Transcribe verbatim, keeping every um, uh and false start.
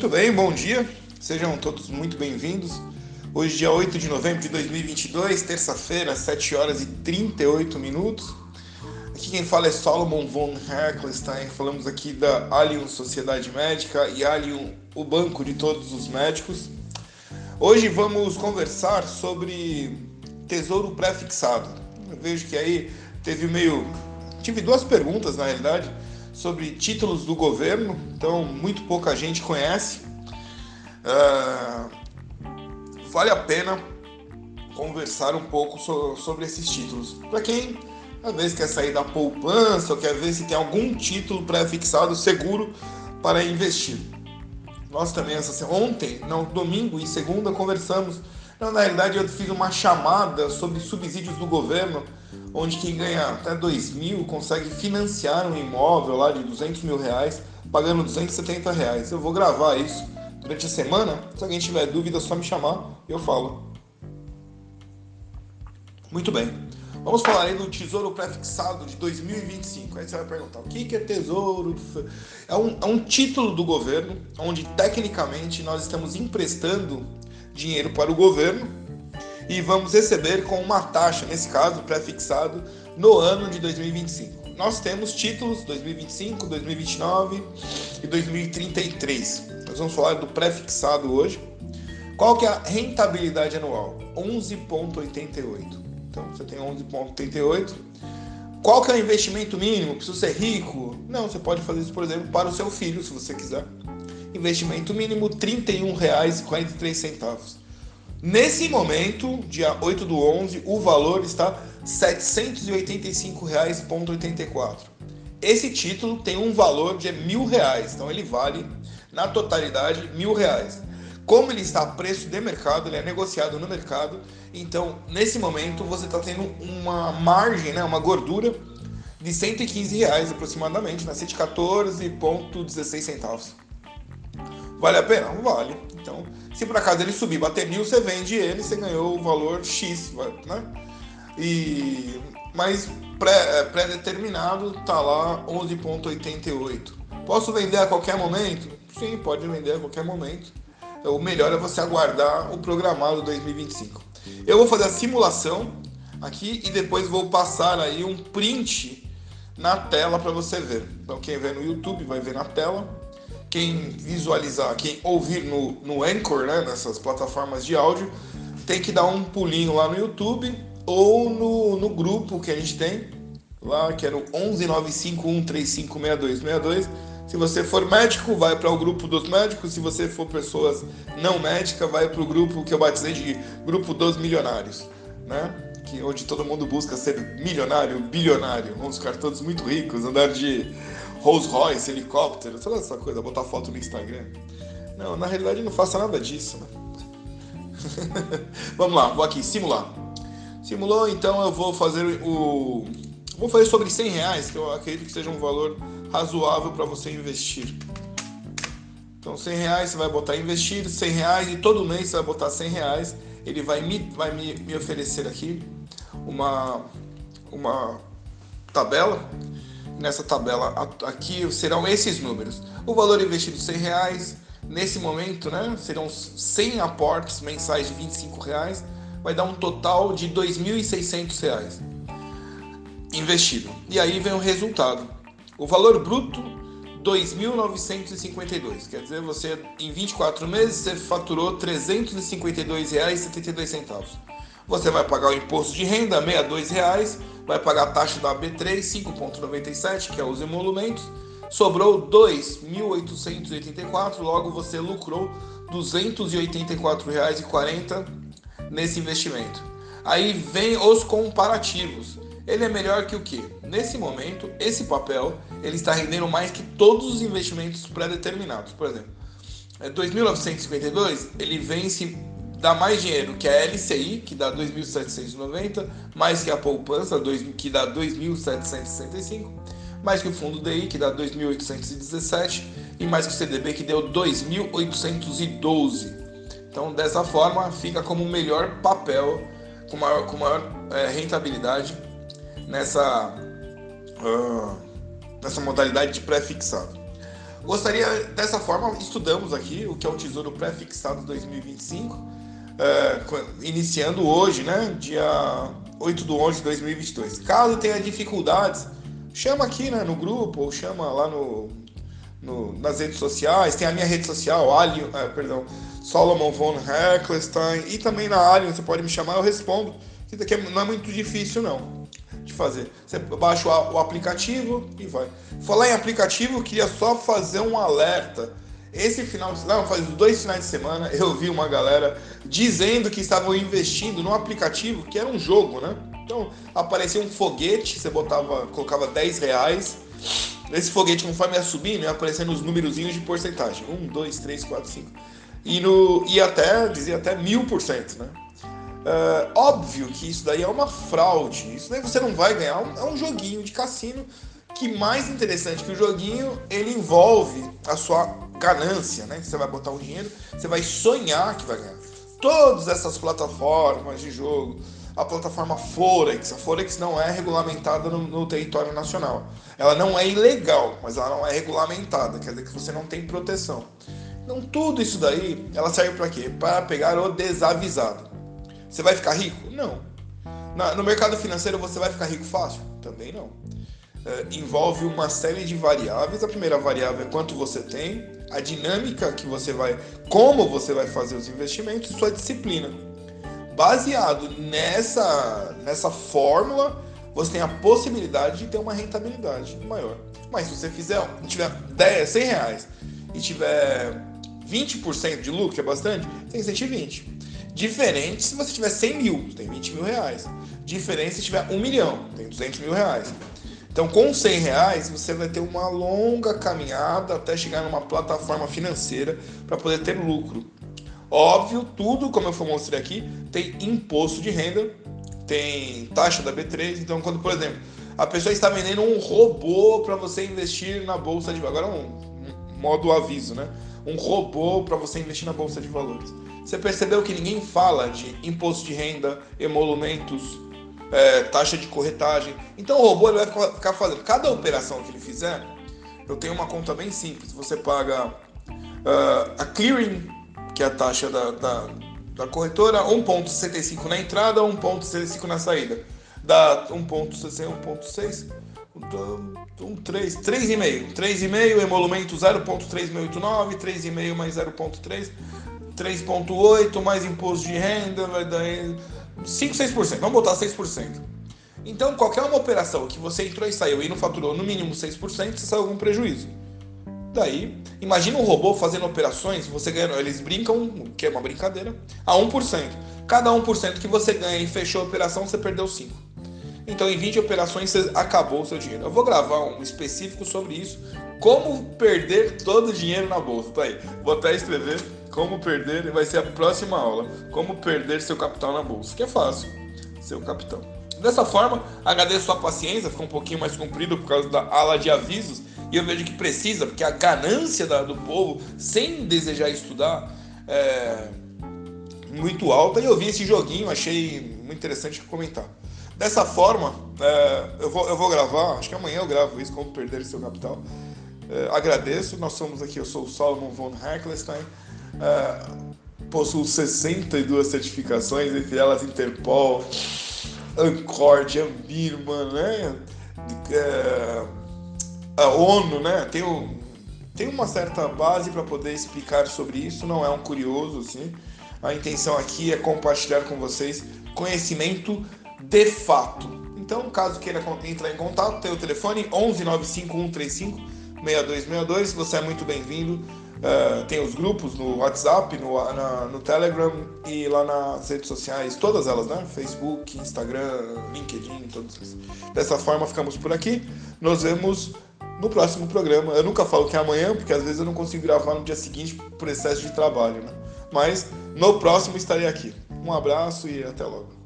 Muito bem, bom dia, sejam todos muito bem-vindos. Hoje, dia oito de novembro de dois mil e vinte e dois, terça-feira, sete horas e trinta e oito minutos. Aqui quem fala é Solomon von Herklestein, falamos aqui da Allium Sociedade Médica e Allium, o banco de todos os médicos. Hoje vamos conversar sobre tesouro pré-fixado. Eu vejo que aí teve meio... Tive duas perguntas, na realidade, sobre títulos do governo, então muito pouca gente conhece. Uh, vale a pena conversar um pouco so, sobre esses títulos. Para quem às vezes quer sair da poupança ou quer ver se tem algum título pré-fixado seguro para investir. Nós também, essa, ontem, não, domingo e segunda, conversamos. Não, na realidade, eu fiz uma chamada sobre subsídios do governo, onde quem ganha até dois mil consegue financiar um imóvel lá de duzentos mil reais, pagando duzentos e setenta reais. Eu vou gravar isso durante a semana. Se alguém tiver dúvida, é só me chamar e eu falo. Muito bem. Vamos falar aí do Tesouro Pré-Fixado de dois mil e vinte e cinco. Aí você vai perguntar, o que é Tesouro? É um, é um título do governo, onde tecnicamente nós estamos emprestando dinheiro para o governo e vamos receber com uma taxa, nesse caso, pré-fixado, no ano de dois mil e vinte e cinco. Nós temos títulos dois mil e vinte e cinco, dois mil e vinte e nove e dois mil e trinta e três. Nós vamos falar do pré-fixado hoje. Qual que é a rentabilidade anual? onze vírgula oitenta e oito. Então, você tem onze vírgula oitenta e oito. Qual que é o investimento mínimo? Preciso ser rico? Não, você pode fazer isso, por exemplo, para o seu filho, se você quiser. Investimento mínimo, trinta e um reais e quarenta e três centavos. Nesse momento, dia oito do onze, o valor está setecentos e oitenta e cinco reais e oitenta e quatro. Esse título tem um valor de mil reais, então ele vale, na totalidade, mil reais. Como ele está a preço de mercado, ele é negociado no mercado, então, nesse momento, você está tendo uma margem, né, uma gordura de cento e quinze reais aproximadamente, né, cento e quatorze reais e dezesseis centavos. Vale a pena? Não vale. Então, se por acaso ele subir, bater mil, você vende ele, você ganhou o valor X, né? E, mas pré, pré-determinado está lá onze vírgula oitenta e oito. Posso vender a qualquer momento? Sim, pode vender a qualquer momento. O melhor é você aguardar o programado dois mil e vinte e cinco. Eu vou fazer a simulação aqui e depois vou passar aí um print na tela para você ver. Então quem vê no YouTube vai ver na tela. Quem visualizar, quem ouvir no, no Anchor, né, nessas plataformas de áudio, tem que dar um pulinho lá no YouTube ou no, no grupo que a gente tem, lá que é no onze nove cinco um três cinco seis dois seis dois. Se você for médico, vai para o grupo dos médicos. Se você for pessoas não médicas, vai para o grupo que eu batizei de grupo dos milionários, né? Que, onde todo mundo busca ser milionário, bilionário. Vamos ficar todos muito ricos, andar de Rolls Royce, helicóptero, toda essa coisa, botar foto no Instagram. Não, na realidade não faça nada disso, né? Vamos lá, vou aqui, simular. Simulou, então eu vou fazer o... Vou fazer sobre cem reais, que eu acredito que seja um valor razoável para você investir. Então cem reais você vai botar investir, cem reais, e todo mês você vai botar cem reais. Ele vai me, vai me, me oferecer aqui uma, uma tabela. Nessa tabela aqui serão esses números. O valor investido cem reais, nesse momento, né, serão cem aportes mensais de vinte e cinco reais, vai dar um total de dois mil e seiscentos reais investido. E aí vem o resultado. O valor bruto, dois mil novecentos e cinquenta e dois. Quer dizer, você em vinte e quatro meses você faturou trezentos e cinquenta e dois reais e setenta e dois centavos. Você vai pagar o imposto de renda, sessenta e dois reais, vai pagar a taxa da A B três, cinco vírgula noventa e sete, que é os emolumentos. Sobrou dois mil oitocentos e oitenta e quatro, logo você lucrou duzentos e oitenta e quatro reais e quarenta centavos nesse investimento. Aí vem os comparativos. Ele é melhor que o quê? Nesse momento, esse papel ele está rendendo mais que todos os investimentos pré-determinados. Por exemplo, dois mil novecentos e cinquenta e dois, ele vence, dá mais dinheiro que a L C I, que dá dois mil setecentos e noventa, mais que a poupança, que dá dois mil setecentos e sessenta e cinco, mais que o fundo D I, que dá dois mil oitocentos e dezessete, e mais que o C D B, que deu dois mil oitocentos e doze. Então, dessa forma, fica como o melhor papel, com maior, com maior é, rentabilidade nessa, uh, nessa modalidade de pré-fixado. Gostaria, dessa forma, estudamos aqui o que é o Tesouro Pré-Fixado dois mil e vinte e cinco, é, iniciando hoje, né, dia oito de onze de dois mil e vinte e dois. Caso tenha dificuldades, chama aqui, né, no grupo, ou chama lá no, no, nas redes sociais. Tem a minha rede social, Alien, é, perdão, Solomon von Heckelstein, e também na Alien, você pode me chamar, eu respondo. Isso daqui não é muito difícil, não, de fazer. Você baixa o aplicativo e vai. Falar em aplicativo, eu queria só fazer um alerta. Esse final de semana, faz dois finais de semana, eu vi uma galera dizendo que estavam investindo num aplicativo que era um jogo, né? Então, aparecia um foguete, você botava, colocava dez reais. Esse foguete, conforme ia subindo, ia aparecendo os númerozinhos de porcentagem. um, dois, três, quatro, cinco. E, no, e até, dizia até mil por cento, né? Uh, óbvio que isso daí é uma fraude. Isso daí você não vai ganhar. É um joguinho de cassino que, mais interessante que o joguinho, ele envolve a sua ganância, né? Você vai botar um dinheiro, você vai sonhar que vai ganhar. Todas essas plataformas de jogo, a plataforma Forex, a Forex não é regulamentada no, no território nacional. Ela não é ilegal, mas ela não é regulamentada, quer dizer que você não tem proteção. Então tudo isso daí, ela serve para quê? Para pegar o desavisado. Você vai ficar rico? Não. Na, no mercado financeiro você vai ficar rico fácil? Também não. É, envolve uma série de variáveis. A primeira variável é quanto você tem, a dinâmica que você vai, como você vai fazer os investimentos e sua disciplina. Baseado nessa, nessa fórmula, você tem a possibilidade de ter uma rentabilidade maior. Mas se você fizer, tiver dez, cem reais e tiver vinte por cento de lucro, que é bastante, você tem cento e vinte. Diferente se você tiver cem mil, tem vinte mil reais. Diferente se tiver um milhão, tem duzentos mil reais. Então, com cem reais, você vai ter uma longa caminhada até chegar numa plataforma financeira para poder ter lucro. Óbvio, tudo, como eu mostrei aqui, tem imposto de renda, tem taxa da B três. Então, quando, por exemplo, a pessoa está vendendo um robô para você investir na bolsa de valores, agora um, um modo aviso, né? Um robô para você investir na bolsa de valores. Você percebeu que ninguém fala de imposto de renda, emolumentos, é, taxa de corretagem. Então o robô ele vai ficar fazendo. Cada operação que ele fizer, eu tenho uma conta bem simples. Você paga uh, a clearing, que é a taxa da, da, da corretora, um vírgula sessenta e cinco na entrada, um vírgula sessenta e cinco na saída. Dá um vírgula sessenta, um vírgula seis, um, três, três vírgula cinco. três vírgula cinco, emolumento zero vírgula três seis oito nove, três vírgula cinco mais zero vírgula três, três vírgula oito mais imposto de renda, vai dar cinco, seis por cento. Vamos botar seis por cento. Então, qualquer uma operação que você entrou e saiu e não faturou no mínimo seis por cento, você saiu com prejuízo. Daí, imagina um robô fazendo operações, você ganha, eles brincam, que é uma brincadeira, a um por cento. Cada um por cento que você ganha e fechou a operação, você perdeu cinco por cento. Então, em vinte operações, você acabou o seu dinheiro. Eu vou gravar um específico sobre isso, como perder todo o dinheiro na bolsa. Tá aí, vou até escrever como perder, vai ser a próxima aula, como perder seu capital na bolsa, que é fácil, seu capital. Dessa forma, agradeço sua paciência, ficou um pouquinho mais comprido por causa da ala de avisos, e eu vejo que precisa, porque a ganância da, do povo, sem desejar estudar, é muito alta, e eu vi esse joguinho, achei muito interessante comentar. Dessa forma, é, eu, vou, eu vou gravar, acho que amanhã eu gravo isso, como perder seu capital. É, agradeço, nós somos aqui, eu sou o Solomon von Heckelstein, é, possuo sessenta e duas certificações, entre elas Interpol, Ancord, Ambirman, né? É, a ONU, né? Tenho, tenho uma certa base para poder explicar sobre isso, não é um curioso, assim. A intenção aqui é compartilhar com vocês conhecimento de fato. Então, caso queira entrar em contato, tem o telefone onze nove cinco um três cinco seis dois seis dois, você é muito bem-vindo. Uh, tem os grupos no WhatsApp, no, na, no Telegram e lá nas redes sociais, todas elas, né? Facebook, Instagram, LinkedIn, todas essas. Dessa forma, ficamos por aqui. Nos vemos no próximo programa. Eu nunca falo que é amanhã, porque às vezes eu não consigo gravar no dia seguinte por excesso de trabalho, né? Mas no próximo estarei aqui. Um abraço e até logo.